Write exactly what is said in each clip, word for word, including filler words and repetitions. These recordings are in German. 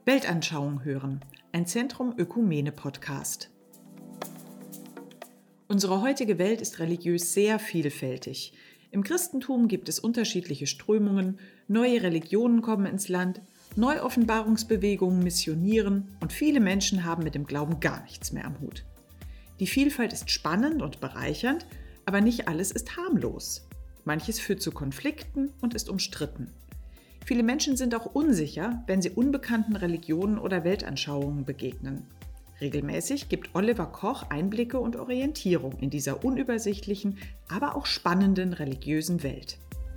Weltanschauung hören, ein Zentrum Ökumene-Podcast. Unsere heutige Welt ist religiös sehr vielfältig. Im Christentum gibt es unterschiedliche Strömungen, neue Religionen kommen ins Land, Neuoffenbarungsbewegungen missionieren und viele Menschen haben mit dem Glauben gar nichts mehr am Hut. Die Vielfalt ist spannend und bereichernd, aber nicht alles ist harmlos. Manches führt zu Konflikten und ist umstritten. Viele Menschen sind auch unsicher, wenn sie unbekannten Religionen oder Weltanschauungen begegnen. Regelmäßig gibt Oliver Koch Einblicke und Orientierung in dieser unübersichtlichen, aber auch spannenden religiösen Welt.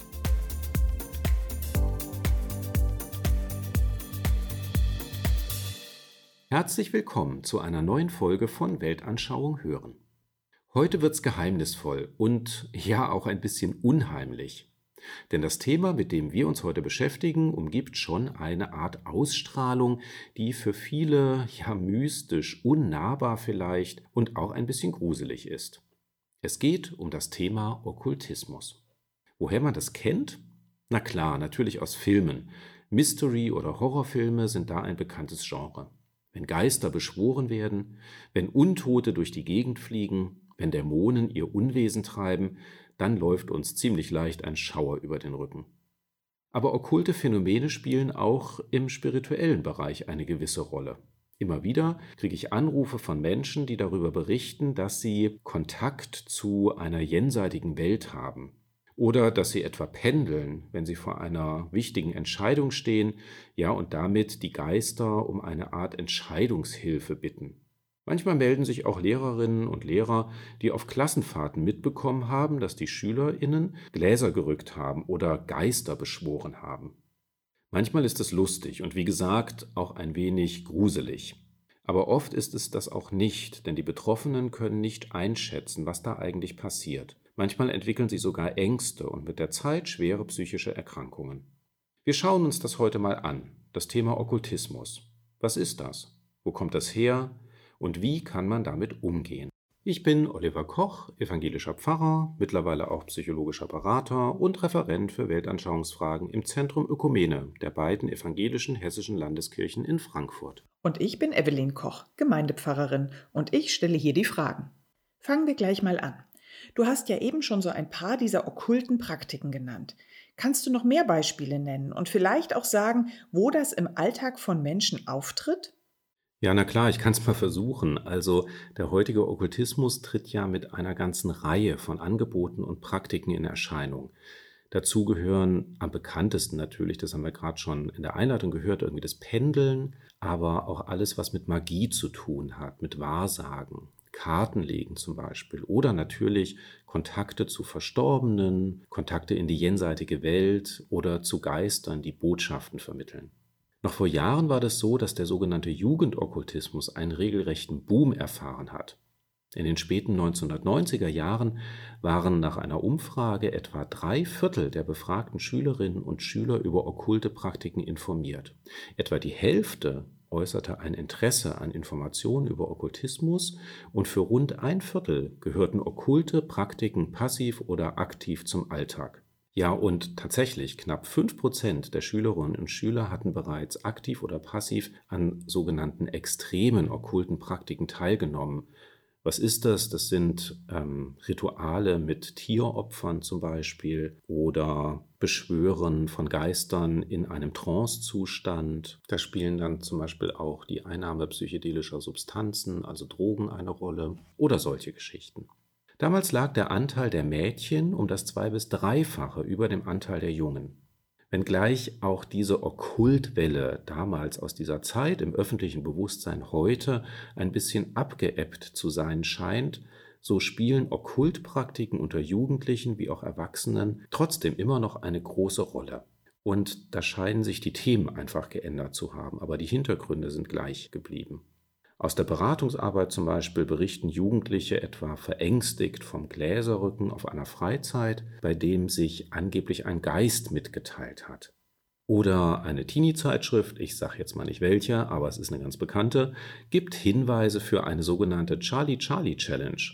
Herzlich willkommen zu einer neuen Folge von Weltanschauung hören. Heute wird's geheimnisvoll und ja auch ein bisschen unheimlich. Denn das Thema, mit dem wir uns heute beschäftigen, umgibt schon eine Art Ausstrahlung, die für viele ja mystisch, unnahbar vielleicht und auch ein bisschen gruselig ist. Es geht um das Thema Okkultismus. Woher man das kennt? Na klar, natürlich aus Filmen. Mystery- oder Horrorfilme sind da ein bekanntes Genre. Wenn Geister beschworen werden, wenn Untote durch die Gegend fliegen, wenn Dämonen ihr Unwesen treiben, dann läuft uns ziemlich leicht ein Schauer über den Rücken. Aber okkulte Phänomene spielen auch im spirituellen Bereich eine gewisse Rolle. Immer wieder kriege ich Anrufe von Menschen, die darüber berichten, dass sie Kontakt zu einer jenseitigen Welt haben. Oder dass sie etwa pendeln, wenn sie vor einer wichtigen Entscheidung stehen, ja, und damit die Geister um eine Art Entscheidungshilfe bitten. Manchmal melden sich auch Lehrerinnen und Lehrer, die auf Klassenfahrten mitbekommen haben, dass die SchülerInnen Gläser gerückt haben oder Geister beschworen haben. Manchmal ist es lustig und wie gesagt auch ein wenig gruselig. Aber oft ist es das auch nicht, denn die Betroffenen können nicht einschätzen, was da eigentlich passiert. Manchmal entwickeln sie sogar Ängste und mit der Zeit schwere psychische Erkrankungen. Wir schauen uns das heute mal an, das Thema Okkultismus. Was ist das? Wo kommt das her? Und wie kann man damit umgehen? Ich bin Oliver Koch, evangelischer Pfarrer, mittlerweile auch psychologischer Berater und Referent für Weltanschauungsfragen im Zentrum Ökumene der beiden evangelischen hessischen Landeskirchen in Frankfurt. Und ich bin Evelyn Koch, Gemeindepfarrerin, und ich stelle hier die Fragen. Fangen wir gleich mal an. Du hast ja eben schon so ein paar dieser okkulten Praktiken genannt. Kannst du noch mehr Beispiele nennen und vielleicht auch sagen, wo das im Alltag von Menschen auftritt? Ja, na klar, ich kann es mal versuchen. Also der heutige Okkultismus tritt ja mit einer ganzen Reihe von Angeboten und Praktiken in Erscheinung. Dazu gehören am bekanntesten natürlich, das haben wir gerade schon in der Einleitung gehört, irgendwie das Pendeln, aber auch alles, was mit Magie zu tun hat, mit Wahrsagen, Kartenlegen zum Beispiel oder natürlich Kontakte zu Verstorbenen, Kontakte in die jenseitige Welt oder zu Geistern, die Botschaften vermitteln. Noch vor Jahren war das so, dass der sogenannte Jugendokkultismus einen regelrechten Boom erfahren hat. In den späten neunzehnhundertneunziger Jahren waren nach einer Umfrage etwa drei Viertel der befragten Schülerinnen und Schüler über okkulte Praktiken informiert. Etwa die Hälfte äußerte ein Interesse an Informationen über Okkultismus und für rund ein Viertel gehörten okkulte Praktiken passiv oder aktiv zum Alltag. Ja, und tatsächlich, knapp fünf Prozent der Schülerinnen und Schüler hatten bereits aktiv oder passiv an sogenannten extremen okkulten Praktiken teilgenommen. Was ist das? Das sind ähm, Rituale mit Tieropfern zum Beispiel oder Beschwören von Geistern in einem Trancezustand. Da spielen dann zum Beispiel auch die Einnahme psychedelischer Substanzen, also Drogen, eine Rolle oder solche Geschichten. Damals lag der Anteil der Mädchen um das zwei- bis dreifache über dem Anteil der Jungen. Wenngleich auch diese Okkultwelle damals aus dieser Zeit im öffentlichen Bewusstsein heute ein bisschen abgeebbt zu sein scheint, so spielen Okkultpraktiken unter Jugendlichen wie auch Erwachsenen trotzdem immer noch eine große Rolle. Und da scheinen sich die Themen einfach geändert zu haben, aber die Hintergründe sind gleich geblieben. Aus der Beratungsarbeit zum Beispiel berichten Jugendliche etwa verängstigt vom Gläserrücken auf einer Freizeit, bei dem sich angeblich ein Geist mitgeteilt hat. Oder eine Teenie-Zeitschrift, ich sage jetzt mal nicht welche, aber es ist eine ganz bekannte, gibt Hinweise für eine sogenannte Charlie Charlie Challenge.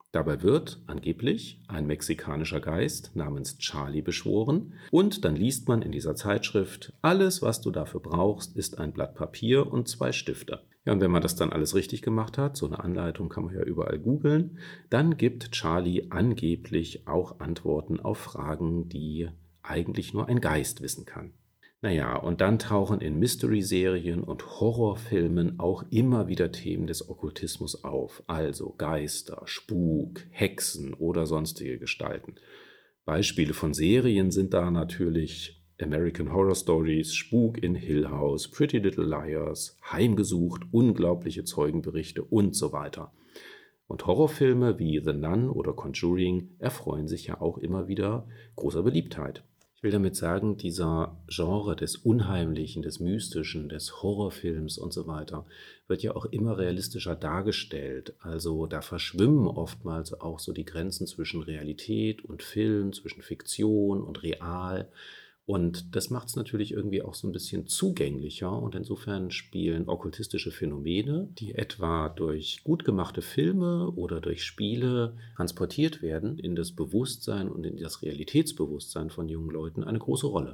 Dabei wird angeblich ein mexikanischer Geist namens Charlie beschworen und dann liest man in dieser Zeitschrift: Alles, was du dafür brauchst, ist ein Blatt Papier und zwei Stifte. Ja, und wenn man das dann alles richtig gemacht hat, so eine Anleitung kann man ja überall googeln, dann gibt Charlie angeblich auch Antworten auf Fragen, die eigentlich nur ein Geist wissen kann. Naja, und dann tauchen in Mystery-Serien und Horrorfilmen auch immer wieder Themen des Okkultismus auf, also Geister, Spuk, Hexen oder sonstige Gestalten. Beispiele von Serien sind da natürlich American Horror Stories, Spuk in Hill House, Pretty Little Liars, Heimgesucht, unglaubliche Zeugenberichte und so weiter. Und Horrorfilme wie The Nun oder Conjuring erfreuen sich ja auch immer wieder großer Beliebtheit. Ich will damit sagen, dieser Genre des Unheimlichen, des Mystischen, des Horrorfilms und so weiter wird ja auch immer realistischer dargestellt. Also da verschwimmen oftmals auch so die Grenzen zwischen Realität und Film, zwischen Fiktion und Real. Und das macht es natürlich irgendwie auch so ein bisschen zugänglicher und insofern spielen okkultistische Phänomene, die etwa durch gut gemachte Filme oder durch Spiele transportiert werden, in das Bewusstsein und in das Realitätsbewusstsein von jungen Leuten eine große Rolle.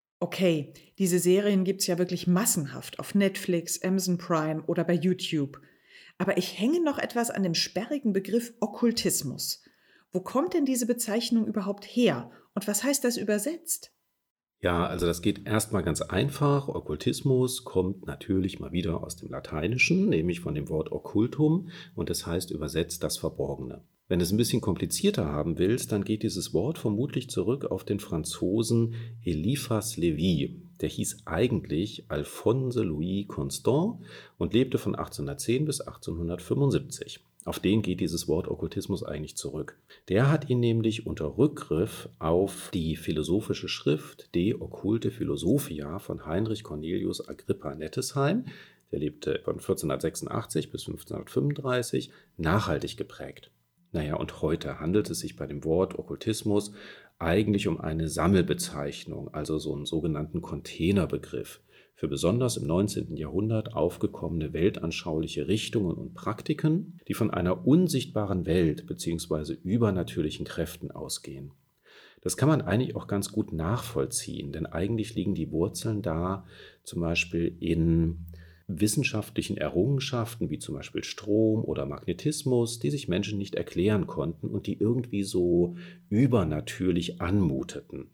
Okay, diese Serien gibt es ja wirklich massenhaft auf Netflix, Amazon Prime oder bei YouTube. Aber ich hänge noch etwas an dem sperrigen Begriff Okkultismus. Wo kommt denn diese Bezeichnung überhaupt her und was heißt das übersetzt? Ja, also das geht erstmal ganz einfach. Okkultismus kommt natürlich mal wieder aus dem Lateinischen, nämlich von dem Wort occultum und das heißt übersetzt das Verborgene. Wenn du es ein bisschen komplizierter haben willst, dann geht dieses Wort vermutlich zurück auf den Franzosen Eliphas Lévy. Der hieß eigentlich Alphonse Louis Constant und lebte von achtzehnhundertzehn bis achtzehnhundertfünfundsiebzig. Auf den geht dieses Wort Okkultismus eigentlich zurück. Der hat ihn nämlich unter Rückgriff auf die philosophische Schrift De Occulte Philosophia von Heinrich Cornelius Agrippa Nettesheim, der lebte von vierzehnhundertsechsundachtzig bis fünfzehnhundertfünfunddreißig, nachhaltig geprägt. Naja, und heute handelt es sich bei dem Wort Okkultismus eigentlich um eine Sammelbezeichnung, also so einen sogenannten Containerbegriff für besonders im neunzehnten Jahrhundert aufgekommene weltanschauliche Richtungen und Praktiken, die von einer unsichtbaren Welt bzw. übernatürlichen Kräften ausgehen. Das kann man eigentlich auch ganz gut nachvollziehen, denn eigentlich liegen die Wurzeln da zum Beispiel in wissenschaftlichen Errungenschaften wie zum Beispiel Strom oder Magnetismus, die sich Menschen nicht erklären konnten und die irgendwie so übernatürlich anmuteten.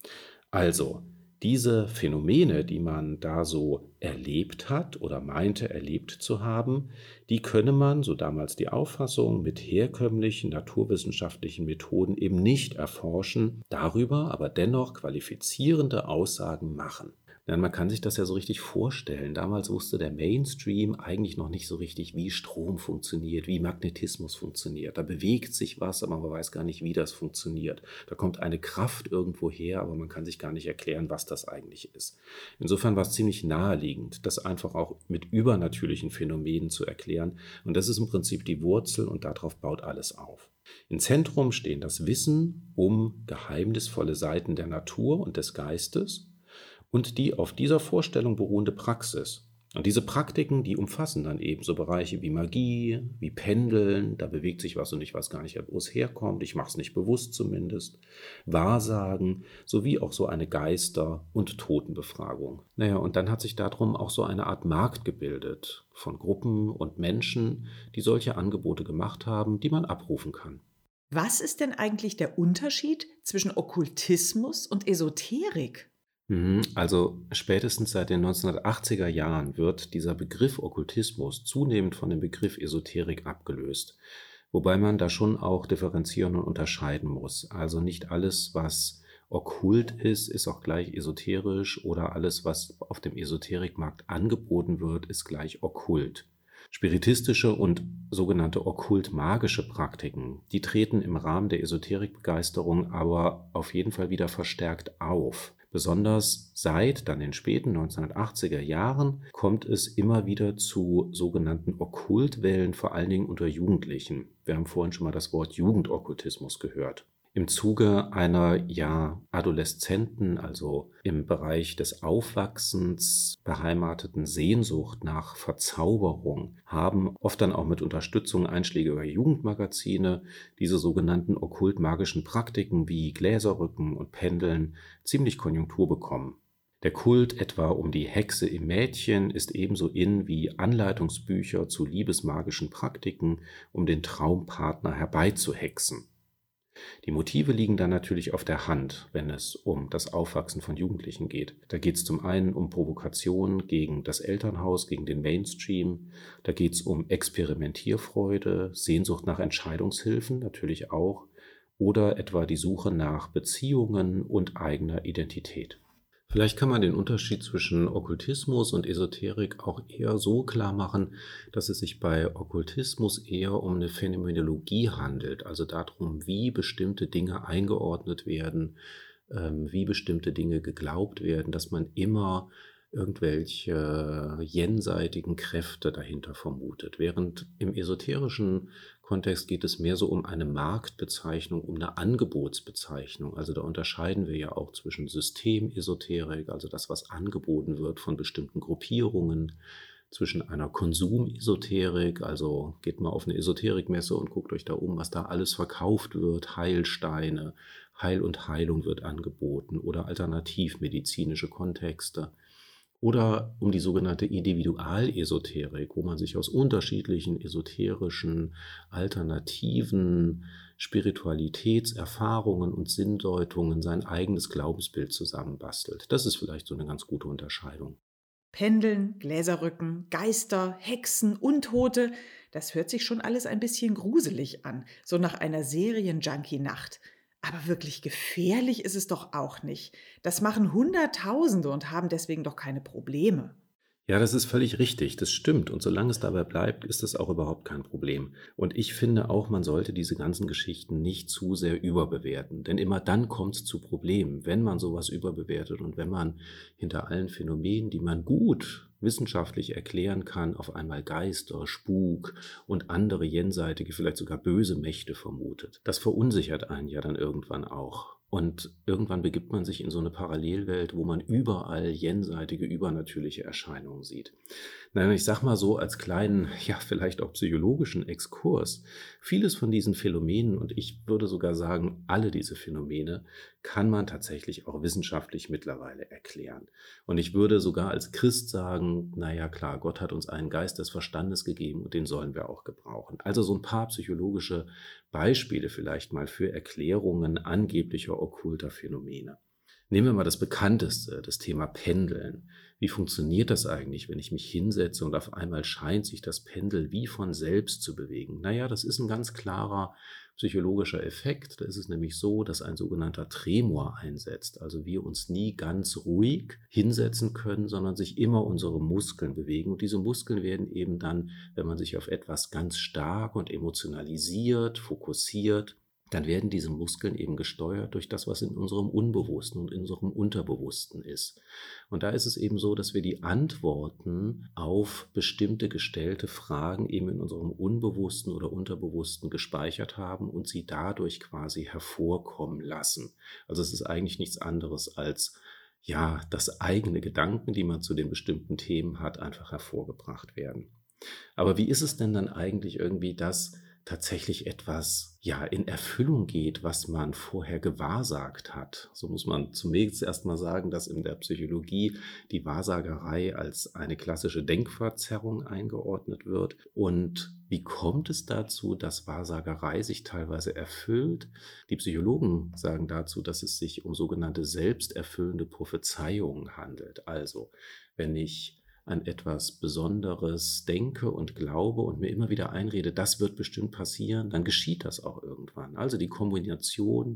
Also, diese Phänomene, die man da so erlebt hat oder meinte erlebt zu haben, die könne man, so damals die Auffassung, mit herkömmlichen naturwissenschaftlichen Methoden eben nicht erforschen, darüber aber dennoch qualifizierende Aussagen machen. Denn man kann sich das ja so richtig vorstellen. Damals wusste der Mainstream eigentlich noch nicht so richtig, wie Strom funktioniert, wie Magnetismus funktioniert. Da bewegt sich was, aber man weiß gar nicht, wie das funktioniert. Da kommt eine Kraft irgendwo her, aber man kann sich gar nicht erklären, was das eigentlich ist. Insofern war es ziemlich naheliegend, das einfach auch mit übernatürlichen Phänomenen zu erklären. Und das ist im Prinzip die Wurzel und darauf baut alles auf. Im Zentrum stehen das Wissen um geheimnisvolle Seiten der Natur und des Geistes und die auf dieser Vorstellung beruhende Praxis. Und diese Praktiken, die umfassen dann eben so Bereiche wie Magie, wie Pendeln, da bewegt sich was und ich weiß gar nicht, wo es herkommt, ich mache es nicht bewusst zumindest, Wahrsagen, sowie auch so eine Geister- und Totenbefragung. Naja, und dann hat sich darum auch so eine Art Markt gebildet von Gruppen und Menschen, die solche Angebote gemacht haben, die man abrufen kann. Was ist denn eigentlich der Unterschied zwischen Okkultismus und Esoterik? Mhm, Also spätestens seit den neunzehnhundertachtziger Jahren wird dieser Begriff Okkultismus zunehmend von dem Begriff Esoterik abgelöst. Wobei man da schon auch differenzieren und unterscheiden muss. Also nicht alles, was okkult ist, ist auch gleich esoterisch oder alles, was auf dem Esoterikmarkt angeboten wird, ist gleich okkult. Spiritistische und sogenannte okkult-magische Praktiken, die treten im Rahmen der Esoterikbegeisterung aber auf jeden Fall wieder verstärkt auf. Besonders seit dann den späten neunzehnhundertachtziger Jahren kommt es immer wieder zu sogenannten Okkultwellen, vor allen Dingen unter Jugendlichen. Wir haben vorhin schon mal das Wort Jugendokkultismus gehört. Im Zuge einer, ja, adoleszenten, also im Bereich des Aufwachsens beheimateten Sehnsucht nach Verzauberung haben oft dann auch mit Unterstützung einschlägiger Jugendmagazine diese sogenannten okkult-magischen Praktiken wie Gläserrücken und Pendeln ziemlich Konjunktur bekommen. Der Kult etwa um die Hexe im Mädchen ist ebenso in wie Anleitungsbücher zu liebesmagischen Praktiken, um den Traumpartner herbeizuhexen. Die Motive liegen dann natürlich auf der Hand, wenn es um das Aufwachsen von Jugendlichen geht. Da geht es zum einen um Provokation gegen das Elternhaus, gegen den Mainstream. Da geht es um Experimentierfreude, Sehnsucht nach Entscheidungshilfen natürlich auch oder etwa die Suche nach Beziehungen und eigener Identität. Vielleicht kann man den Unterschied zwischen Okkultismus und Esoterik auch eher so klar machen, dass es sich bei Okkultismus eher um eine Phänomenologie handelt, also darum, wie bestimmte Dinge eingeordnet werden, ähm, wie bestimmte Dinge geglaubt werden, dass man immer irgendwelche jenseitigen Kräfte dahinter vermutet. Während im esoterischen Kontext geht es mehr so um eine Marktbezeichnung, um eine Angebotsbezeichnung. Also da unterscheiden wir ja auch zwischen Systemesoterik, also das, was angeboten wird von bestimmten Gruppierungen, zwischen einer Konsumesoterik, also geht mal auf eine Esoterikmesse und guckt euch da um, was da alles verkauft wird, Heilsteine, Heil und Heilung wird angeboten oder alternativmedizinische Kontexte. Oder um die sogenannte Individualesoterik, wo man sich aus unterschiedlichen esoterischen, alternativen Spiritualitätserfahrungen und Sinndeutungen sein eigenes Glaubensbild zusammenbastelt. Das ist vielleicht so eine ganz gute Unterscheidung. Pendeln, Gläserrücken, Geister, Hexen, Untote, das hört sich schon alles ein bisschen gruselig an, so nach einer Serien-Junkie-Nacht. Aber wirklich gefährlich ist es doch auch nicht. Das machen Hunderttausende und haben deswegen doch keine Probleme. Ja, das ist völlig richtig, das stimmt. Und solange es dabei bleibt, ist das auch überhaupt kein Problem. Und ich finde auch, man sollte diese ganzen Geschichten nicht zu sehr überbewerten. Denn immer dann kommt es zu Problemen, wenn man sowas überbewertet und wenn man hinter allen Phänomenen, die man gut wissenschaftlich erklären kann, auf einmal Geister, Spuk und andere jenseitige, vielleicht sogar böse Mächte vermutet. Das verunsichert einen ja dann irgendwann auch. Und irgendwann begibt man sich in so eine Parallelwelt, wo man überall jenseitige, übernatürliche Erscheinungen sieht. Nein, ich sag mal so als kleinen, ja, vielleicht auch psychologischen Exkurs. Vieles von diesen Phänomenen, und ich würde sogar sagen, alle diese Phänomene, kann man tatsächlich auch wissenschaftlich mittlerweile erklären. Und ich würde sogar als Christ sagen, naja klar, Gott hat uns einen Geist des Verstandes gegeben und den sollen wir auch gebrauchen. Also so ein paar psychologische Beispiele vielleicht mal für Erklärungen angeblicher okkulter Phänomene. Nehmen wir mal das bekannteste, das Thema Pendeln. Wie funktioniert das eigentlich, wenn ich mich hinsetze und auf einmal scheint sich das Pendel wie von selbst zu bewegen? Naja, das ist ein ganz klarer psychologischer Effekt. Da ist es nämlich so, dass ein sogenannter Tremor einsetzt. Also wir uns nie ganz ruhig hinsetzen können, sondern sich immer unsere Muskeln bewegen. Und diese Muskeln werden eben dann, wenn man sich auf etwas ganz stark und emotionalisiert, fokussiert, dann werden diese Muskeln eben gesteuert durch das, was in unserem Unbewussten und in unserem Unterbewussten ist. Und da ist es eben so, dass wir die Antworten auf bestimmte gestellte Fragen eben in unserem Unbewussten oder Unterbewussten gespeichert haben und sie dadurch quasi hervorkommen lassen. Also es ist eigentlich nichts anderes als, ja, dass eigene Gedanken, die man zu den bestimmten Themen hat, einfach hervorgebracht werden. Aber wie ist es denn dann eigentlich irgendwie, dass tatsächlich etwas ja in Erfüllung geht, was man vorher gewahrsagt hat? So muss man zunächst erstmal sagen, dass in der Psychologie die Wahrsagerei als eine klassische Denkverzerrung eingeordnet wird. Und wie kommt es dazu, dass Wahrsagerei sich teilweise erfüllt? Die Psychologen sagen dazu, dass es sich um sogenannte selbsterfüllende Prophezeiungen handelt. Also, wenn ich an etwas Besonderes denke und glaube und mir immer wieder einrede, das wird bestimmt passieren, dann geschieht das auch irgendwann. Also die Kombination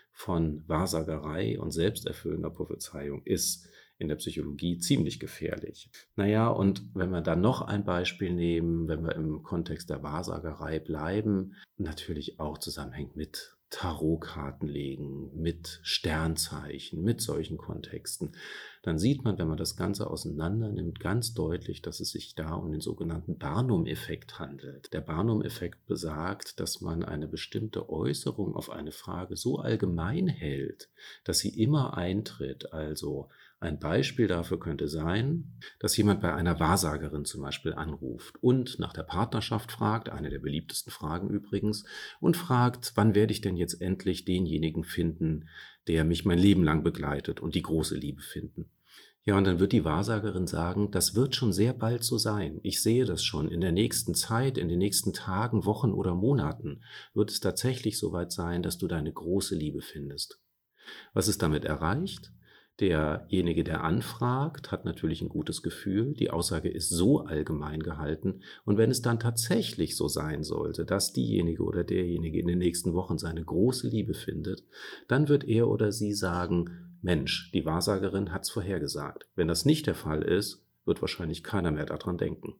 von Wahrsagerei und selbsterfüllender Prophezeiung ist in der Psychologie ziemlich gefährlich. Naja, und wenn wir dann noch ein Beispiel nehmen, wenn wir im Kontext der Wahrsagerei bleiben, natürlich auch zusammenhängt mit Tarotkarten legen, mit Sternzeichen, mit solchen Kontexten. dann sieht man, wenn man das Ganze auseinander nimmt, ganz deutlich, dass es sich da um den sogenannten Barnum-Effekt handelt. Der Barnum-Effekt besagt, dass man eine bestimmte Äußerung auf eine Frage so allgemein hält, dass sie immer eintritt. Also ein Beispiel dafür könnte sein, dass jemand bei einer Wahrsagerin zum Beispiel anruft und nach der Partnerschaft fragt, eine der beliebtesten Fragen übrigens, und fragt, wann werde ich denn jetzt endlich denjenigen finden, der mich mein Leben lang begleitet und die große Liebe finden. Ja, und dann wird die Wahrsagerin sagen, das wird schon sehr bald so sein. Ich sehe das schon. In der nächsten Zeit, in den nächsten Tagen, Wochen oder Monaten wird es tatsächlich soweit sein, dass du deine große Liebe findest. Was ist damit erreicht? Derjenige, der anfragt, hat natürlich ein gutes Gefühl. Die Aussage ist so allgemein gehalten. Und wenn es dann tatsächlich so sein sollte, dass diejenige oder derjenige in den nächsten Wochen seine große Liebe findet, dann wird er oder sie sagen, Mensch, die Wahrsagerin hat's vorhergesagt. Wenn das nicht der Fall ist, wird wahrscheinlich keiner mehr daran denken.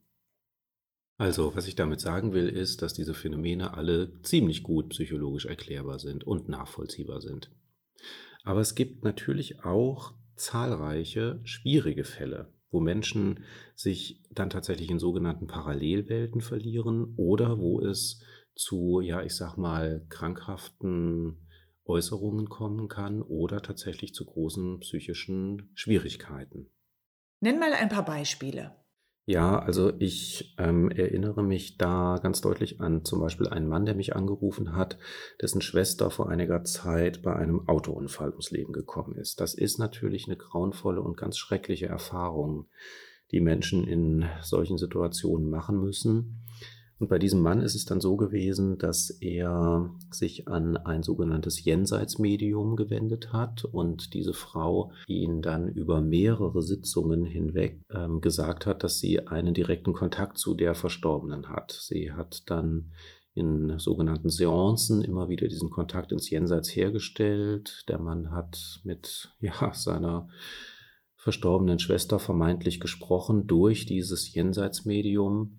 Also, was ich damit sagen will, ist, dass diese Phänomene alle ziemlich gut psychologisch erklärbar sind und nachvollziehbar sind. Aber es gibt natürlich auch zahlreiche schwierige Fälle, wo Menschen sich dann tatsächlich in sogenannten Parallelwelten verlieren oder wo es zu, ja, ich sag mal, krankhaften Äußerungen kommen kann oder tatsächlich zu großen psychischen Schwierigkeiten. Nenn mal ein paar Beispiele. Ja, also ich ähm, erinnere mich da ganz deutlich an zum Beispiel einen Mann, der mich angerufen hat, dessen Schwester vor einiger Zeit bei einem Autounfall ums Leben gekommen ist. Das ist natürlich eine grauenvolle und ganz schreckliche Erfahrung, die Menschen in solchen Situationen machen müssen. Und bei diesem Mann ist es dann so gewesen, dass er sich an ein sogenanntes Jenseitsmedium gewendet hat und diese Frau ihn dann über mehrere Sitzungen hinweg ähm, gesagt hat, dass sie einen direkten Kontakt zu der Verstorbenen hat. Sie hat dann in sogenannten Seancen immer wieder diesen Kontakt ins Jenseits hergestellt. Der Mann hat mit ja, seiner verstorbenen Schwester vermeintlich gesprochen durch dieses Jenseitsmedium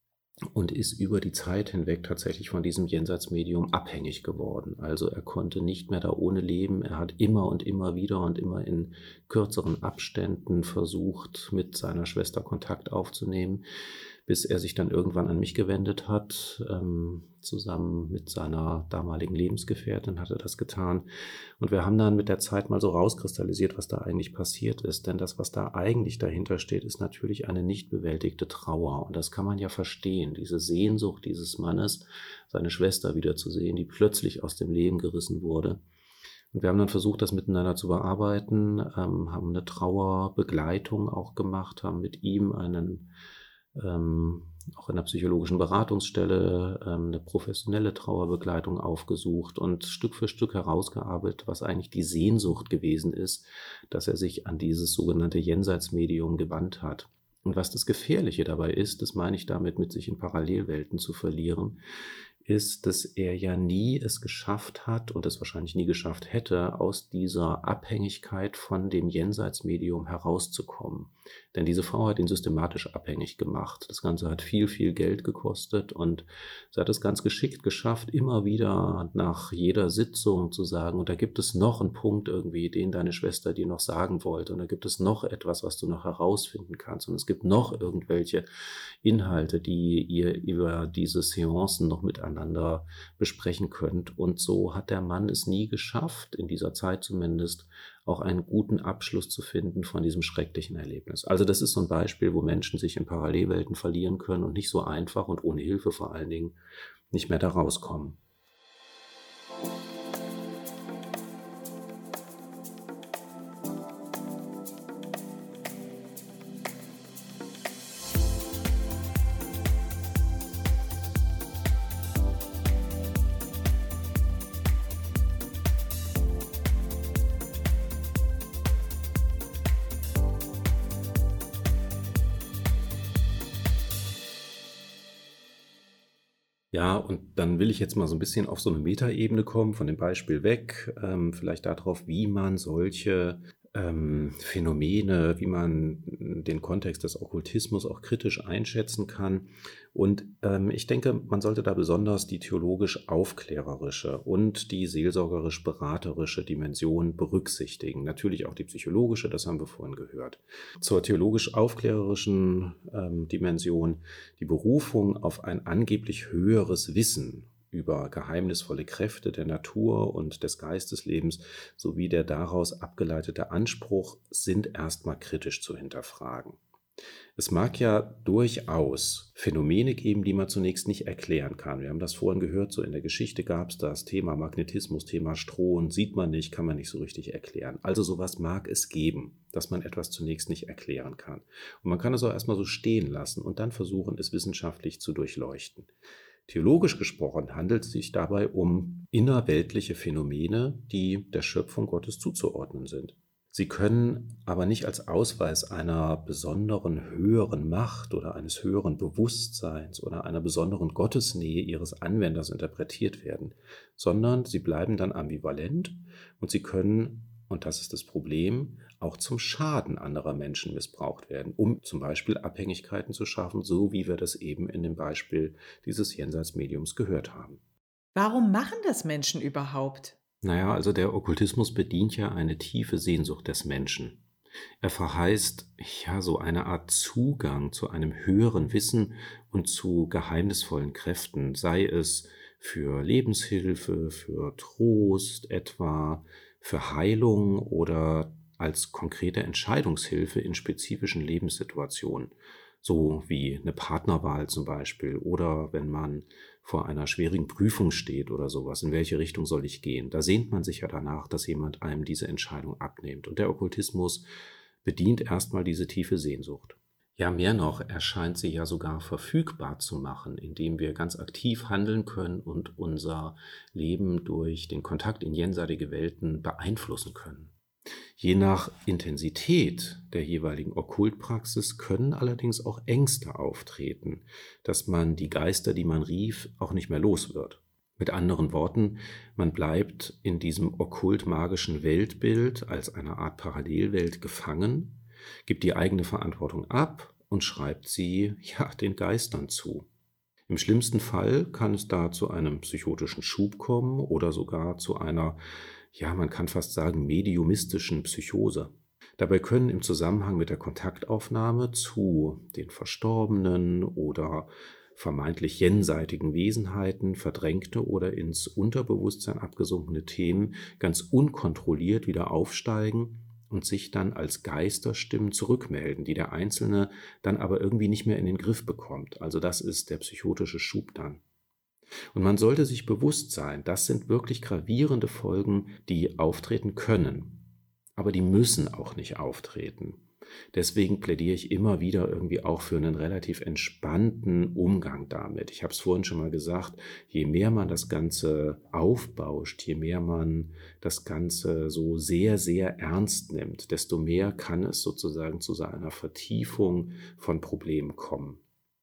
und ist über die Zeit hinweg tatsächlich von diesem Jenseitsmedium abhängig geworden. Also er konnte nicht mehr da ohne leben. Er hat immer und immer wieder und immer in kürzeren Abständen versucht, mit seiner Schwester Kontakt aufzunehmen, bis er sich dann irgendwann an mich gewendet hat. Ähm, zusammen mit seiner damaligen Lebensgefährtin hat er das getan. Und wir haben dann mit der Zeit mal so rauskristallisiert, was da eigentlich passiert ist. Denn das, was da eigentlich dahinter steht, ist natürlich eine nicht bewältigte Trauer. Und das kann man ja verstehen. Diese Sehnsucht dieses Mannes, seine Schwester wiederzusehen, die plötzlich aus dem Leben gerissen wurde. Und wir haben dann versucht, das miteinander zu bearbeiten, ähm, haben eine Trauerbegleitung auch gemacht, haben mit ihm einen Ähm, auch in der psychologischen Beratungsstelle ähm, eine professionelle Trauerbegleitung aufgesucht und Stück für Stück herausgearbeitet, was eigentlich die Sehnsucht gewesen ist, dass er sich an dieses sogenannte Jenseitsmedium gewandt hat. Und was das Gefährliche dabei ist, das meine ich damit, mit sich in Parallelwelten zu verlieren, ist, dass er ja nie es geschafft hat und es wahrscheinlich nie geschafft hätte, aus dieser Abhängigkeit von dem Jenseitsmedium herauszukommen. Denn diese Frau hat ihn systematisch abhängig gemacht. Das Ganze hat viel, viel Geld gekostet und sie hat es ganz geschickt geschafft, immer wieder nach jeder Sitzung zu sagen, und da gibt es noch einen Punkt irgendwie, den deine Schwester dir noch sagen wollte, und da gibt es noch etwas, was du noch herausfinden kannst, und es gibt noch irgendwelche Inhalte, die ihr über diese Seancen noch miteinander besprechen könnt. Und so hat der Mann es nie geschafft, in dieser Zeit zumindest, auch einen guten Abschluss zu finden von diesem schrecklichen Erlebnis. Also das ist so ein Beispiel, wo Menschen sich in Parallelwelten verlieren können und nicht so einfach und ohne Hilfe vor allen Dingen nicht mehr da rauskommen. Ja, und dann will ich jetzt mal so ein bisschen auf so eine Metaebene kommen, von dem Beispiel weg, ähm, vielleicht darauf, wie man solche ähm, Phänomene, wie man den Kontext des Okkultismus auch kritisch einschätzen kann. Und ähm, ich denke, man sollte da besonders die theologisch-aufklärerische und die seelsorgerisch-beraterische Dimension berücksichtigen. Natürlich auch die psychologische, das haben wir vorhin gehört. Zur theologisch-aufklärerischen ähm, Dimension die Berufung auf ein angeblich höheres Wissen über geheimnisvolle Kräfte der Natur und des Geisteslebens sowie der daraus abgeleitete Anspruch sind erstmal kritisch zu hinterfragen. Es mag ja durchaus Phänomene geben, die man zunächst nicht erklären kann. Wir haben das vorhin gehört, so in der Geschichte gab es das Thema Magnetismus, Thema Strom, sieht man nicht, kann man nicht so richtig erklären. Also sowas mag es geben, dass man etwas zunächst nicht erklären kann. Und man kann es auch erstmal so stehen lassen und dann versuchen, es wissenschaftlich zu durchleuchten. Theologisch gesprochen handelt es sich dabei um innerweltliche Phänomene, die der Schöpfung Gottes zuzuordnen sind. Sie können aber nicht als Ausweis einer besonderen höheren Macht oder eines höheren Bewusstseins oder einer besonderen Gottesnähe ihres Anwenders interpretiert werden, sondern sie bleiben dann ambivalent und sie können, und das ist das Problem, auch zum Schaden anderer Menschen missbraucht werden, um zum Beispiel Abhängigkeiten zu schaffen, so wie wir das eben in dem Beispiel dieses Jenseitsmediums gehört haben. Warum machen das Menschen überhaupt? Naja, also der Okkultismus bedient ja eine tiefe Sehnsucht des Menschen. Er verheißt ja so eine Art Zugang zu einem höheren Wissen und zu geheimnisvollen Kräften, sei es für Lebenshilfe, für Trost etwa, für Heilung oder als konkrete Entscheidungshilfe in spezifischen Lebenssituationen, so wie eine Partnerwahl zum Beispiel oder wenn man vor einer schwierigen Prüfung steht oder sowas, in welche Richtung soll ich gehen? Da sehnt man sich ja danach, dass jemand einem diese Entscheidung abnimmt. Und der Okkultismus bedient erstmal diese tiefe Sehnsucht. Ja, mehr noch, er scheint sie ja sogar verfügbar zu machen, indem wir ganz aktiv handeln können und unser Leben durch den Kontakt in jenseitige Welten beeinflussen können. Je nach Intensität der jeweiligen Okkultpraxis können allerdings auch Ängste auftreten, dass man die Geister, die man rief, auch nicht mehr los wird. Mit anderen Worten, man bleibt in diesem okkult-magischen Weltbild als eine Art Parallelwelt gefangen, gibt die eigene Verantwortung ab und schreibt sie ja den Geistern zu. Im schlimmsten Fall kann es da zu einem psychotischen Schub kommen oder sogar zu einer, ja, man kann fast sagen, mediumistischen Psychose. Dabei können im Zusammenhang mit der Kontaktaufnahme zu den Verstorbenen oder vermeintlich jenseitigen Wesenheiten verdrängte oder ins Unterbewusstsein abgesunkene Themen ganz unkontrolliert wieder aufsteigen und sich dann als Geisterstimmen zurückmelden, die der Einzelne dann aber irgendwie nicht mehr in den Griff bekommt. Also das ist der psychotische Schub dann. Und man sollte sich bewusst sein, das sind wirklich gravierende Folgen, die auftreten können. Aber die müssen auch nicht auftreten. Deswegen plädiere ich immer wieder irgendwie auch für einen relativ entspannten Umgang damit. Ich habe es vorhin schon mal gesagt, je mehr man das Ganze aufbauscht, je mehr man das Ganze so sehr, sehr ernst nimmt, desto mehr kann es sozusagen zu einer Vertiefung von Problemen kommen.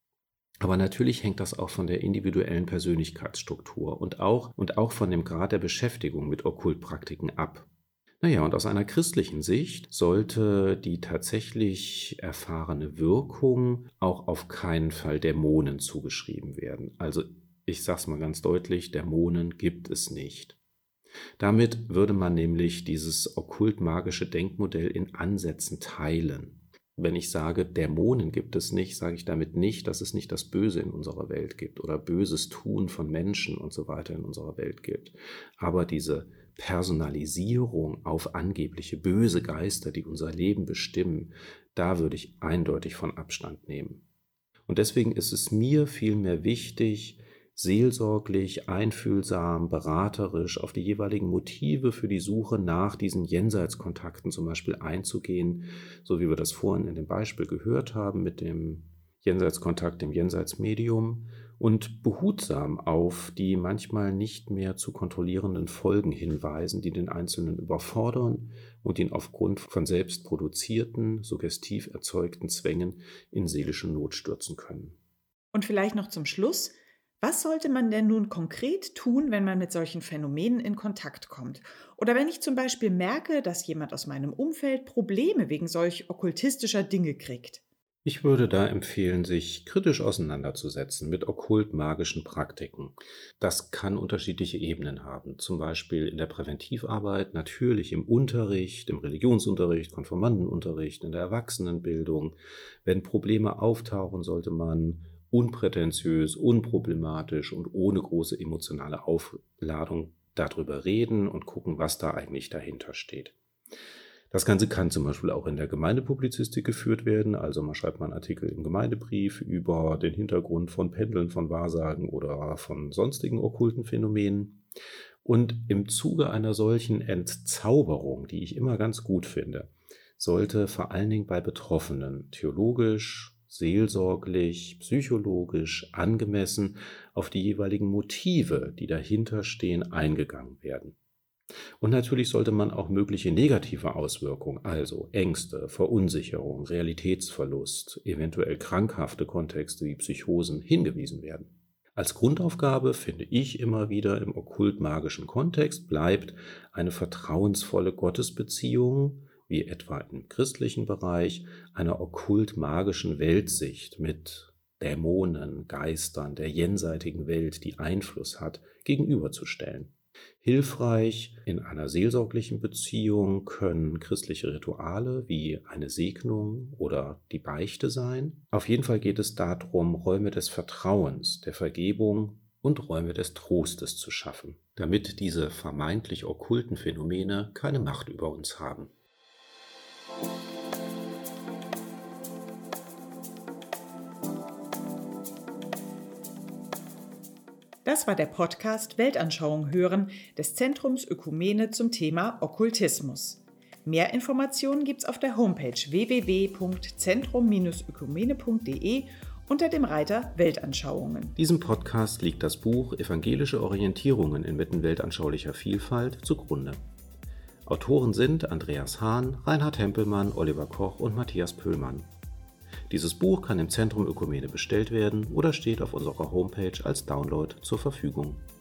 Aber natürlich hängt das auch von der individuellen Persönlichkeitsstruktur und auch, und auch von dem Grad der Beschäftigung mit Okkultpraktiken ab. Naja, und aus einer christlichen Sicht sollte die tatsächlich erfahrene Wirkung auch auf keinen Fall Dämonen zugeschrieben werden. Also ich sage es mal ganz deutlich, Dämonen gibt es nicht. Damit würde man nämlich dieses okkult-magische Denkmodell in Ansätzen teilen. Wenn ich sage, Dämonen gibt es nicht, sage ich damit nicht, dass es nicht das Böse in unserer Welt gibt oder böses Tun von Menschen und so weiter in unserer Welt gibt. Aber diese Personalisierung auf angebliche böse Geister, die unser Leben bestimmen, da würde ich eindeutig von Abstand nehmen. Und deswegen ist es mir vielmehr wichtig, seelsorglich, einfühlsam, beraterisch auf die jeweiligen Motive für die Suche nach diesen Jenseitskontakten zum Beispiel einzugehen, so wie wir das vorhin in dem Beispiel gehört haben mit dem Jenseitskontakt, dem Jenseitsmedium, und behutsam auf die manchmal nicht mehr zu kontrollierenden Folgen hinweisen, die den Einzelnen überfordern und ihn aufgrund von selbst produzierten, suggestiv erzeugten Zwängen in seelische Not stürzen können. Und vielleicht noch zum Schluss: Was sollte man denn nun konkret tun, wenn man mit solchen Phänomenen in Kontakt kommt? Oder wenn ich zum Beispiel merke, dass jemand aus meinem Umfeld Probleme wegen solch okkultistischer Dinge kriegt? Ich würde da empfehlen, sich kritisch auseinanderzusetzen mit okkult-magischen Praktiken. Das kann unterschiedliche Ebenen haben, zum Beispiel in der Präventivarbeit, natürlich im Unterricht, im Religionsunterricht, Konfirmandenunterricht, in der Erwachsenenbildung. Wenn Probleme auftauchen, sollte man unprätentiös, unproblematisch und ohne große emotionale Aufladung darüber reden und gucken, was da eigentlich dahinter steht. Das Ganze kann zum Beispiel auch in der Gemeindepublizistik geführt werden, also man schreibt mal einen Artikel im Gemeindebrief über den Hintergrund von Pendeln, von Wahrsagen oder von sonstigen okkulten Phänomenen. Und im Zuge einer solchen Entzauberung, die ich immer ganz gut finde, sollte vor allen Dingen bei Betroffenen theologisch, seelsorglich, psychologisch angemessen auf die jeweiligen Motive, die dahinter stehen, eingegangen werden. Und natürlich sollte man auch mögliche negative Auswirkungen, also Ängste, Verunsicherung, Realitätsverlust, eventuell krankhafte Kontexte wie Psychosen, hingewiesen werden. Als Grundaufgabe finde ich immer wieder im okkult-magischen Kontext bleibt eine vertrauensvolle Gottesbeziehung, wie etwa im christlichen Bereich, einer okkult-magischen Weltsicht mit Dämonen, Geistern, der jenseitigen Welt, die Einfluss hat, gegenüberzustellen. Hilfreich in einer seelsorglichen Beziehung können christliche Rituale wie eine Segnung oder die Beichte sein. Auf jeden Fall geht es darum, Räume des Vertrauens, der Vergebung und Räume des Trostes zu schaffen, damit diese vermeintlich okkulten Phänomene keine Macht über uns haben. Das war der Podcast Weltanschauung hören des Zentrums Ökumene zum Thema Okkultismus. Mehr Informationen gibt's auf der Homepage w w w punkt zentrum Bindestrich ökumene punkt d e unter dem Reiter Weltanschauungen. Diesem Podcast liegt das Buch Evangelische Orientierungen inmitten weltanschaulicher Vielfalt zugrunde. Autoren sind Andreas Hahn, Reinhard Hempelmann, Oliver Koch und Matthias Pöhlmann. Dieses Buch kann im Zentrum Ökumene bestellt werden oder steht auf unserer Homepage als Download zur Verfügung.